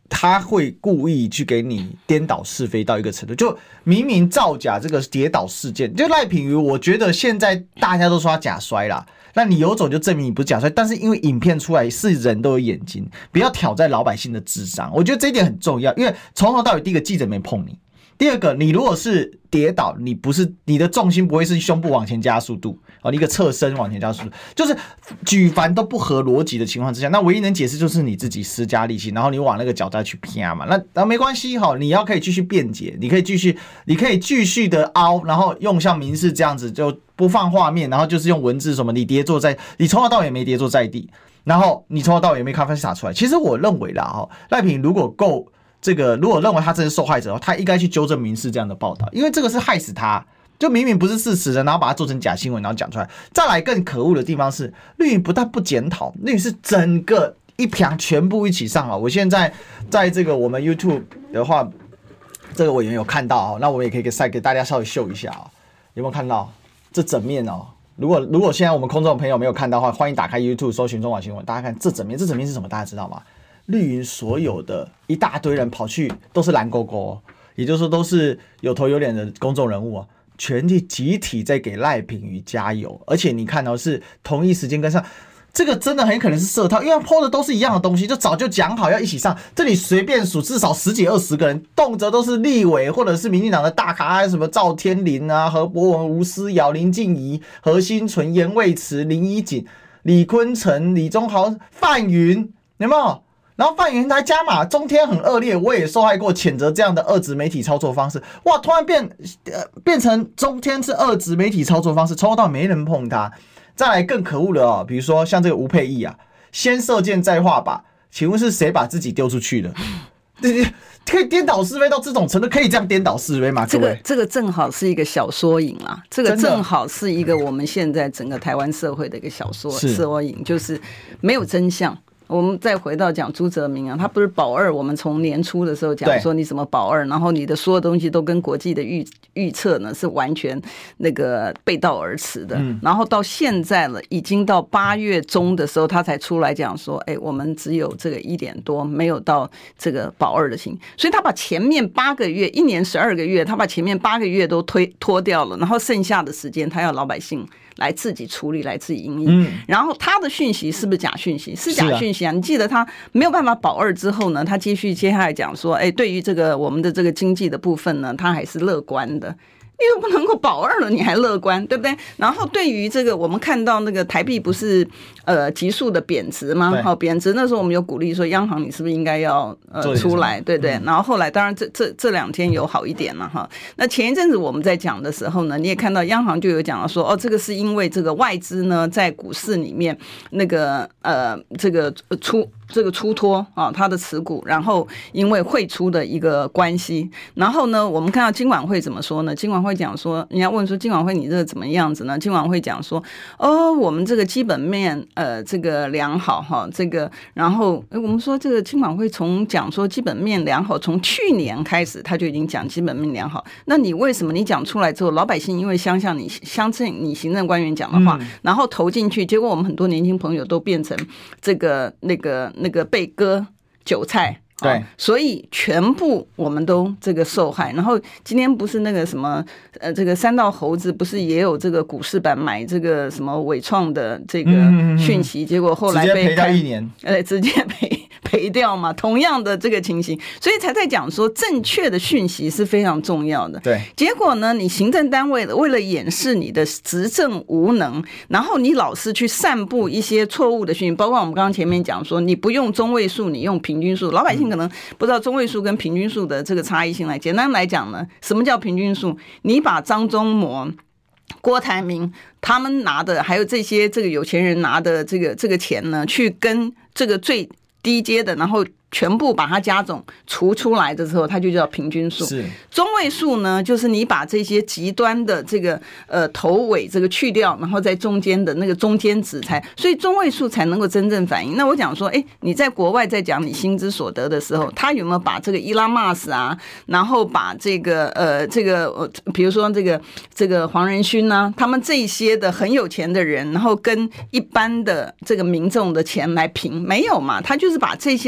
他会故意去给你颠倒是非到一个程度，就明明造假这个跌倒事件，就赖品妤，我觉得现在大家都说他假摔啦，那你有种就证明你不是假摔，但是因为影片出来是人都有眼睛，不要挑战老百姓的智商，我觉得这一点很重要，因为从头到尾，第一个记者没碰你。第二个，你如果是跌倒，你的重心不会是胸部往前加速度，一个侧身往前加速度，就是举凡都不合逻辑的情况之下，那唯一能解释就是你自己施加力气，然后你往那个脚再去劈嘛，那没关系哈，你可以继续辩解，你可以继续的凹，然后用像民视这样子就不放画面，然后就是用文字什么你从头到尾没跌坐在地，然后你从头到尾也没咖啡洒出来。其实我认为啦，赖品如果够。如果认为他真是受害者，他应该去纠正民视这样的报道，因为这个是害死他，就明明不是事实的，然后把它做成假新闻，然后讲出来。再来更可恶的地方是，绿营不但不检讨，绿营是整个一票全部一起上啊！我现在在这个我们 YouTube 的话，这个委员有看到啊，那我们也可以给大家稍微秀一下啊，有没有看到这整面哦？如果现在我们空中的朋友没有看到的话，欢迎打开 YouTube 搜寻中广新闻，大家看这整面是什么？大家知道吗？绿营所有的一大堆人跑去都是蓝勾勾，也就是说都是有头有脸的公众人物啊，全体集体在给赖品妤加油，而且你看到是同一时间跟上，这个真的很可能是设套，因为 PO 的都是一样的东西，就早就讲好要一起上，这里随便数至少10几20个人，动辄都是立委或者是民进党的大咖，什么赵天麟啊、何博文、吴思瑶、林静怡、何欣纯、严卫慈、林怡锦、李坤城、李宗豪、范云，有没有？然后范云台加码，中天很恶劣，我也受害过，谴责这样的二质媒体操作方式。哇，突然变成中天是二质媒体操作方式，从头到尾没人碰他。再来更可恶的比如说像这个吴佩益啊，先射箭再画靶，请问是谁把自己丢出去的？可以颠倒是非到这种程度，可以这样颠倒是非吗？各位， 这个正好是一个小缩影啦，这个正好是一个我们现在整个台湾社会的一个小缩影，就是没有真相。我们再回到讲朱泽民啊，他不是保二，我们从年初的时候讲说你怎么保二，然后你的所有东西都跟国际的预测呢是完全那个背道而驰的，然后到现在了，已经到8月中的时候，他才出来讲说，我们只有这个1点多，没有到这个保二的情，所以他把前面8个月，1年12个月，他把前面8个月都拖掉了，然后剩下的时间他要老百姓来自己处理，来自己因应。然后他的讯息是不是假讯息？是假讯息啊！你记得他没有办法保二之后呢，他接下来讲说，对于这个我们的这个经济的部分呢，他还是乐观的。你又不能够保二了，你还乐观，对不对？然后对于这个，我们看到那个台币不是急速的贬值吗？好，贬值那时候我们有鼓励说，央行你是不是应该要出来，对不对？然后后来当然这2天有好一点了哈。那前一阵子我们在讲的时候呢，你也看到央行就有讲到说，这个是因为这个外资呢在股市里面那个这个出脱啊，它的持股，然后因为汇出的一个关系，然后呢，我们看到金管会怎么说呢？金管会讲说，人家问说金管会你这个怎么样子呢？金管会讲说，我们这个基本面这个良好哈，这个然后我们说这个金管会从讲说基本面良好，从去年开始他就已经讲基本面良好，那你为什么你讲出来之后，老百姓因为相信你行政官员讲的话，然后投进去，结果我们很多年轻朋友都变成这个那个被割韭菜， 对， 所以全部我们都这个受害。然后今天不是那个什么这个3道猴子不是也有这个股市版买这个什么伟创的这个讯息，结果后来被直接赔掉1年， 直接赔掉嘛，同样的这个情形，所以才在讲说正确的讯息是非常重要的。 对， 结果呢，你行政单位为了掩饰你的执政无能，然后你老是去散布一些错误的讯息，包括我们刚刚前面讲说，你不用中位数，你用平均数，老百姓可能不知道中位数跟平均数的这个差异性来。简单来讲呢，什么叫平均数？你把张忠谋、郭台铭他们拿的，还有这些这个有钱人拿的这个钱呢，去跟这个最低阶的，然后全部把它加总除出来的时候，它就叫平均数。 是中位数呢，就是你把这些极端的这个头尾这个去掉，然后在中间的那个中间值所以中位数才能够真正反映。那我讲说，你在国外在讲你薪资所得的时候，他有没有把这个伊拉马斯啊，然后把这个比如说这个黄仁勋啊，他们这些的很有钱的人，然后跟一般的这个民众的钱来平，没有嘛？他就是把这些的剔除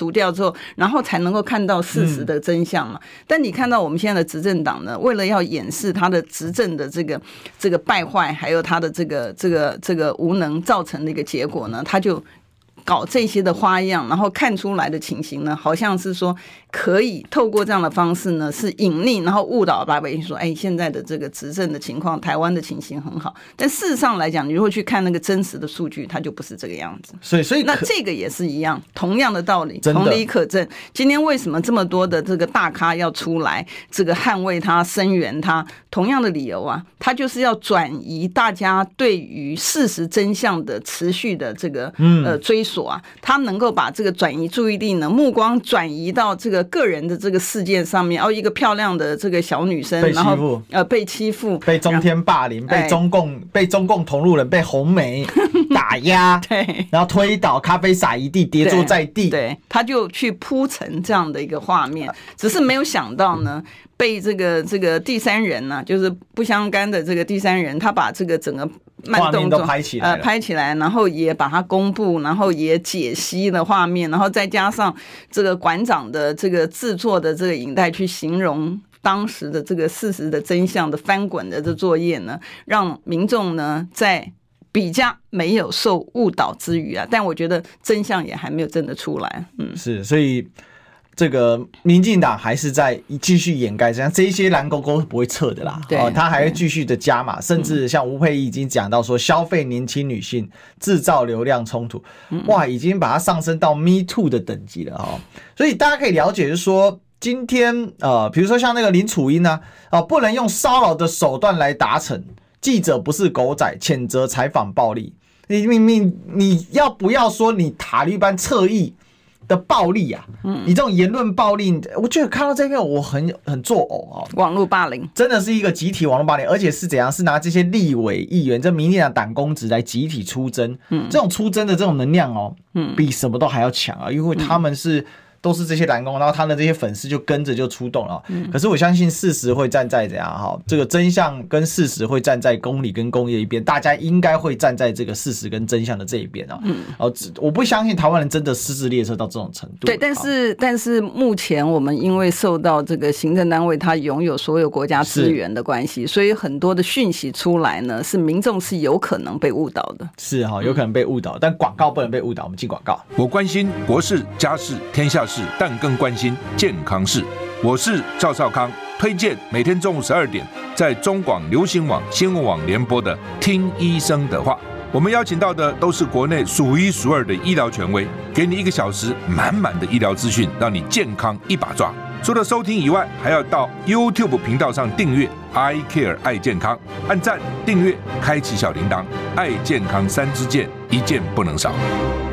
除掉之后，然后才能够看到事实的真相嘛。但你看到我们现在的执政党呢，为了要掩饰他的执政的这个败坏，还有他的这个无能造成的一个结果呢，他就搞这些的花样，然后看出来的情形呢，好像是说可以透过这样的方式呢，是隐匿，然后误导百姓说，现在的这个执政的情况，台湾的情形很好。但事实上来讲，你如果去看那个真实的数据，它就不是这个样子。 所以那这个也是一样，同样的道理，同理可证。今天为什么这么多的这个大咖要出来，这个捍卫他、声援他？同样的理由啊，他就是要转移大家对于事实真相的持续的这个追索啊，他能够把这个转移注意力呢，目光转移到这个个人的这个事件上面，一个漂亮的这个小女生，然后被欺负， 被中天霸凌，被中共同路人，被红媒打压， 对， 然后推倒，咖啡洒一地，跌坐在地， 对，他就去铺陈这样的一个画面，只是没有想到呢，被这个第三人呢，就是不相干的这个第三人，他把这个整个慢动作拍起来，然后也把它公布，然后也解析了画面，然后再加上这个馆长的这个制作的这个影带去形容当时的这个事实的真相的翻滚的这作业呢，让民众呢在比较没有受误导之余啊，但我觉得真相也还没有真的出来。 是，所以这个民进党还是在继续掩盖，像这些蓝勾勾是不会撤的啦。他还会继续的加码，甚至像吴佩益已经讲到说，消费年轻女性，制造流量冲突，哇，已经把它上升到 Me Too 的等级了哦。所以大家可以了解，就是说，今天比如说像那个林楚英呢，不能用骚扰的手段来达成。记者不是狗仔，谴责采访暴力。你要不要说你塔利班侧翼的暴力啊？你这种言论暴力，我觉得看到这个我很作呕啊！ 网络霸凌真的是一个集体网络霸凌，而且是怎样？是拿这些立委议员、这民进党党公职来集体出征。这种出征的这种能量哦，比什么都还要强啊！因为他们都是这些蓝工，然后他的这些粉丝就跟着就出动了。可是我相信事实会站在怎样哈？这个真相跟事实会站在公理跟公义的一边，大家应该会站在这个事实跟真相的这一边啊。我不相信台湾人真的失智列车到这种程度。 对，但是目前我们因为受到这个行政单位它拥有所有国家资源的关系，所以很多的讯息出来呢，是民众是有可能被误导的。 是哈，有可能被误导，但广告不能被误导。我们进广告。 我关心国事、家事、天下事，但更关心健康事。我是赵少康，推荐每天中午12点在中广流行网、新闻网联播的《听医生的话》。我们邀请到的都是国内数一数二的医疗权威，给你1个小时满满的医疗资讯，让你健康一把抓。除了收听以外，还要到 YouTube 频道上订阅 I Care 爱健康，按赞、订阅、开启小铃铛，爱健康3支箭，一件不能少。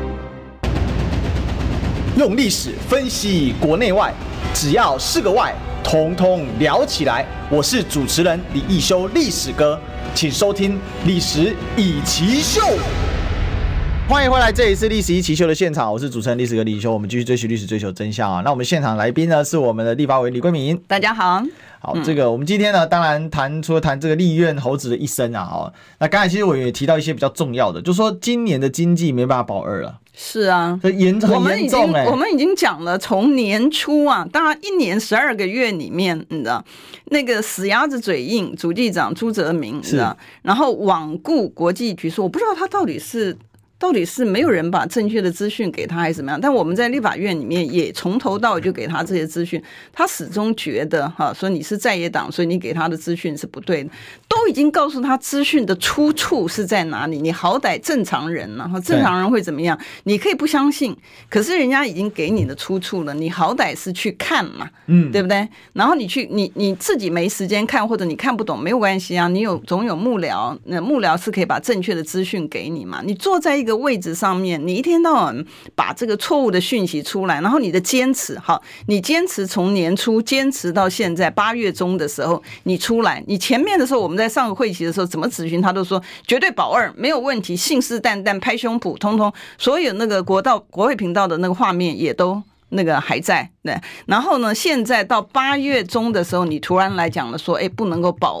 用历史分析国内外，只要是个外，统统聊起来。我是主持人李义修，历史哥，请收听《历史一奇秀》。欢迎回来，这里是《历史一奇秀》的现场，我是主持人历史哥李义修。我们继续追寻历史，追求真相啊！那我们现场来宾呢是我们的立法委员李桂敏， 大家好。 好，这个我们今天呢，当然除了谈这个立院猴子的一生啊，那刚才其实我也提到一些比较重要的，就是说今年的经济没办法保二了。 是啊， 很严重我们已经讲了，从年初啊，当然1年12个月里面，你知道那个死鸭子嘴硬，主计长朱泽民，你知道，然后罔顾国际局势，我不知道他到底是没有人把正确的资讯给他还是怎么样，但我们在立法院里面也从头到尾就给他这些资讯，他始终觉得说你是在野党，所以你给他的资讯是不对的，都已经告诉他资讯的出处是在哪里，你好歹正常人正常人会怎么样？你可以不相信，可是人家已经给你的出处了，你好歹是去看嘛，对不对？然后你自己没时间看，或者你看不懂没有关系啊，你总有幕僚，那幕僚是可以把正确的资讯给你嘛，你坐在一个位置上面，你一天到晚把这个错误的讯息出来，然后你的坚持，好，你坚持从年初坚持到现在8月中的时候，你出来，你前面的时候我们在上个会期的时候怎么质询，他都说绝对保二，没有问题，信誓旦旦，拍胸脯，通通所有那个国会频道的那个画面也都那个还在，对。然后呢，现在到8月中的时候，你突然来讲了说，不能够保二，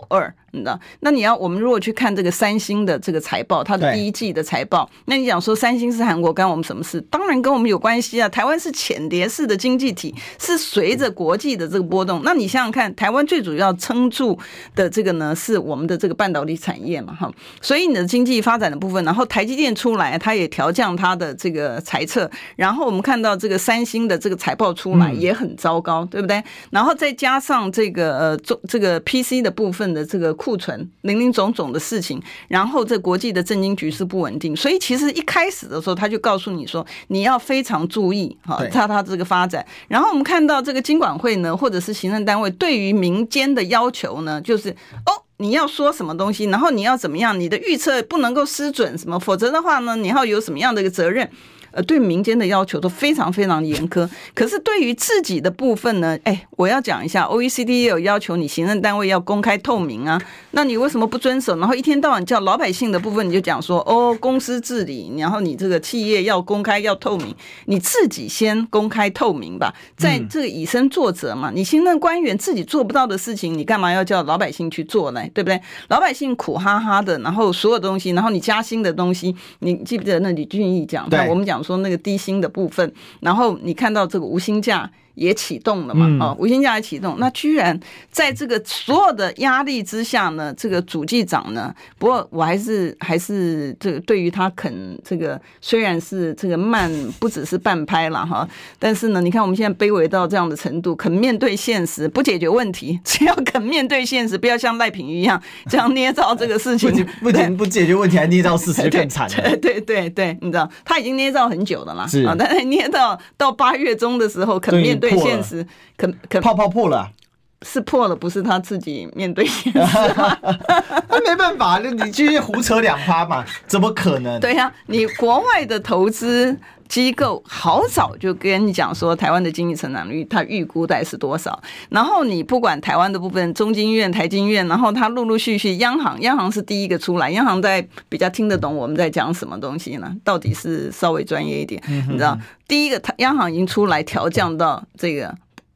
你知道？那我们如果去看这个三星的这个财报，它的第一季的财报，那你讲说三星是韩国干我们什么事？当然跟我们有关系啊！台湾是浅碟式的经济体，是随着国际的这个波动。那你想想看，台湾最主要撑住的这个呢，是我们的这个半导体产业嘛，哈。所以你的经济发展的部分，然后台积电出来，它也调降它的这个财测，然后我们看到这个三星的这个财报出来也很糟糕，对不对？然后再加上这个这个 PC 的部分的这个库存，林林总总的事情，然后这国际的政经局势不稳定，所以其实一开始的时候他就告诉你说，你要非常注意它这个发展。然后我们看到这个金管会呢，或者是行政单位对于民间的要求呢，就是你要说什么东西，然后你要怎么样，你的预测不能够失准什么，否则的话呢，你要有什么样的一个责任。对民间的要求都非常非常严苛，可是对于自己的部分呢，我要讲一下 OECD 也有要求你行政单位要公开透明啊，那你为什么不遵守？然后一天到晚叫老百姓的部分你就讲说公司治理，然后你这个企业要公开要透明，你自己先公开透明吧，在这个以身作则嘛，你行政官员自己做不到的事情，你干嘛要叫老百姓去做呢？对不对？老百姓苦哈哈的，然后所有东西，然后你加薪的东西，你记不记得那李俊毅讲，我们讲说那个低薪的部分，然后你看到这个无薪假也启动了嘛，无薪假也启动，那居然在这个所有的压力之下呢，这个主计长呢，不过我还是这个对于他肯这个虽然是这个慢不只是半拍了哈，但是呢，你看我们现在卑微到这样的程度，肯面对现实，不解决问题，只要肯面对现实，不要像赖品妤一样这样捏造这个事情， 不仅不解决问题，还捏造事实就更惨了。 对，你知道他已经捏造很久了啦， 是但是捏到8月中的时候，肯面对现实， 泡泡破了， 是破了，不是他自己面对现实吗？ 没办法，你继续胡扯2%嘛，怎么可能？ 对呀，你国外的投资机构好早就跟你讲说，台湾的经济成长率它预估大概是多少，然后你不管台湾的部分，中经院、台经院，然后它陆陆续续央行是第一个出来，央行在比较听得懂我们在讲什么东西呢？到底是稍微专业一点，你知道，第一个央行已经出来调降到这个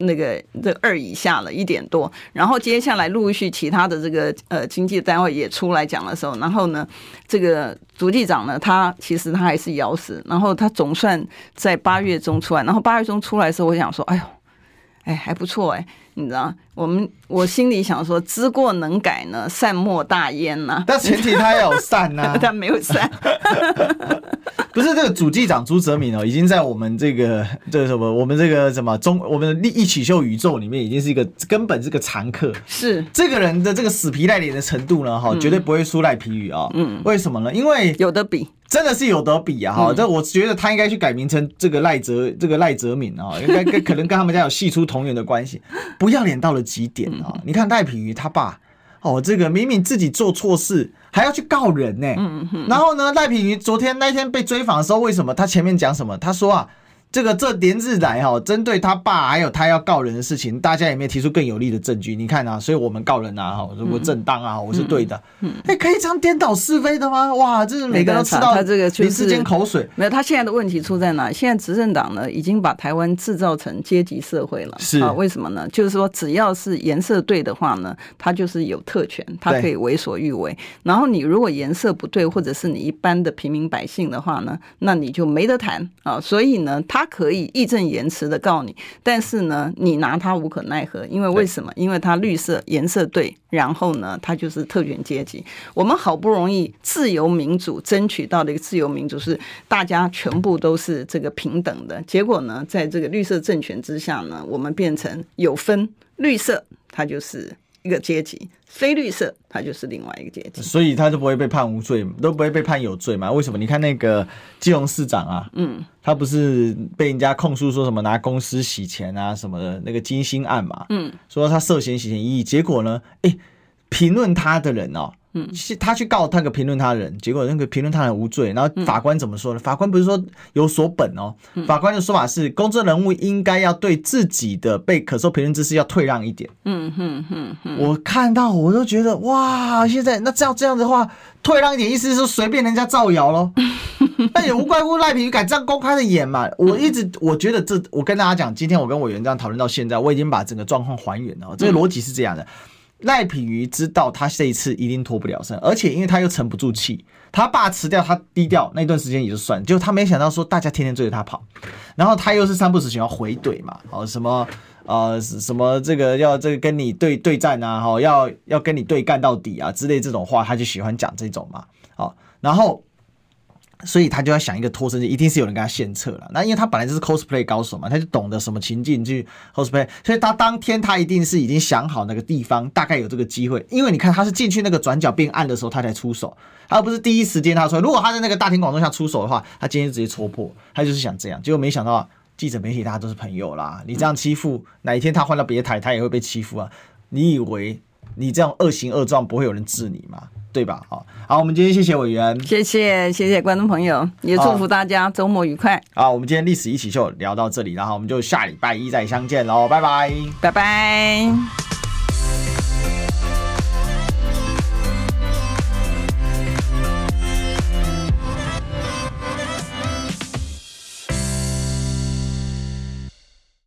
2以下了1点多，然后接下来陆续其他的这个经济单位也出来讲的时候，然后呢，这个主计长呢，其实他还是咬死，然后他总算在8月中出来，然后8月中出来的时候，我想说，还不错你知道，我心里想说，知过能改呢，善莫大焉呐。 但前提他要有善呐， 他没有善。 不是这个主计长朱泽民已经在我们这个什么，我们这个什么我们的一起秀宇宙里面已经是一个根本是个常客。是这个人的这个死皮赖脸的程度呢，绝对不会输赖皮妤啊。为什么呢？因为有得比。 真的是有得比啊！这我觉得他应该去改名成这个赖泽民啊，应该可能跟他们家有系出同源的关系，不要脸到了极点啊！你看赖品妤他爸这个明明自己做错事还要去告人呢，然后呢，赖品妤昨天那天被追访的时候，为什么他前面讲什么？他说这连日来针对他爸还有他要告人的事情，大家也没有提出更有力的证据。你看所以我们告人如果正当我是对的，可以这样颠倒是非的吗？哇，这是每个人都吃到林志坚口水。 没有，他现在的问题出在哪？现在执政党呢，已经把台湾制造成阶级社会了。是为什么呢？就是说，只要是颜色对的话呢，他就是有特权，他可以为所欲为。然后你如果颜色不对，或者是你一般的平民百姓的话呢，那你就没得谈所以呢，他可以义正言辞的告你，但是呢，你拿他无可奈何，因为为什么？因为他绿色颜色对，然后呢，他就是特权阶级。我们好不容易自由民主争取到的一个自由民主，是大家全部都是这个平等的。结果呢，在这个绿色政权之下呢，我们变成有分绿色，它就是一个阶级。非绿色，它就是另外一个阶级， 所以他就不会被判无罪，都不会被判有罪嘛？为什么？你看那个基隆市长他不是被人家控诉说什么拿公司洗钱什么的那个金星案嘛？说他涉嫌洗钱1亿，结果呢，评论他的人他去告那个评论他的人，结果那个评论他的人无罪，然后法官怎么说呢？法官不是说有所本法官的说法是，公众人物应该要对自己的被可受评论之事要退让一点。我看到我都觉得哇，现在那这样的话，退让一点意思是说随便人家造谣咯。那也无怪乎赖品妤敢这样公开的演嘛。我觉得我跟大家讲，今天我跟委员这样讨论到现在，我已经把整个状况还原了。这个逻辑是这样的。 赖品妤知道他这一次一定脱不了身，而且因为他又沉不住气，他爸辞掉他低调那段时间也就算，结果他没想到说大家天天追着他跑，然后他又是三不时想要回怼嘛，什么这个要这个跟你对战啊，要跟你对干到底啊之类这种话，他就喜欢讲这种嘛，然后。所以他就要想一个脱身技，一定是有人跟他献策了。那因为他本来就是 cosplay 高手嘛，他就懂得什么情境去 cosplay， 所以他当天他一定是已经想好那个地方，大概有这个机会。因为你看他是进去那个转角变暗的时候他才出手，而不是第一时间他出来。如果他在那个大庭广众下出手的话，他今天就直接戳破。他就是想这样，结果没想到记者媒体大家都是朋友啦，你这样欺负，哪一天他换到别台，他也会被欺负啊？你以为你这样恶行恶状不会有人治你吗？对吧？好，我们今天谢谢委员， 谢谢观众朋友，也祝福大家周末愉快。 好，我们今天历史一起秀聊到这里，然后我们就下礼拜一再相见喽，拜拜， 拜拜。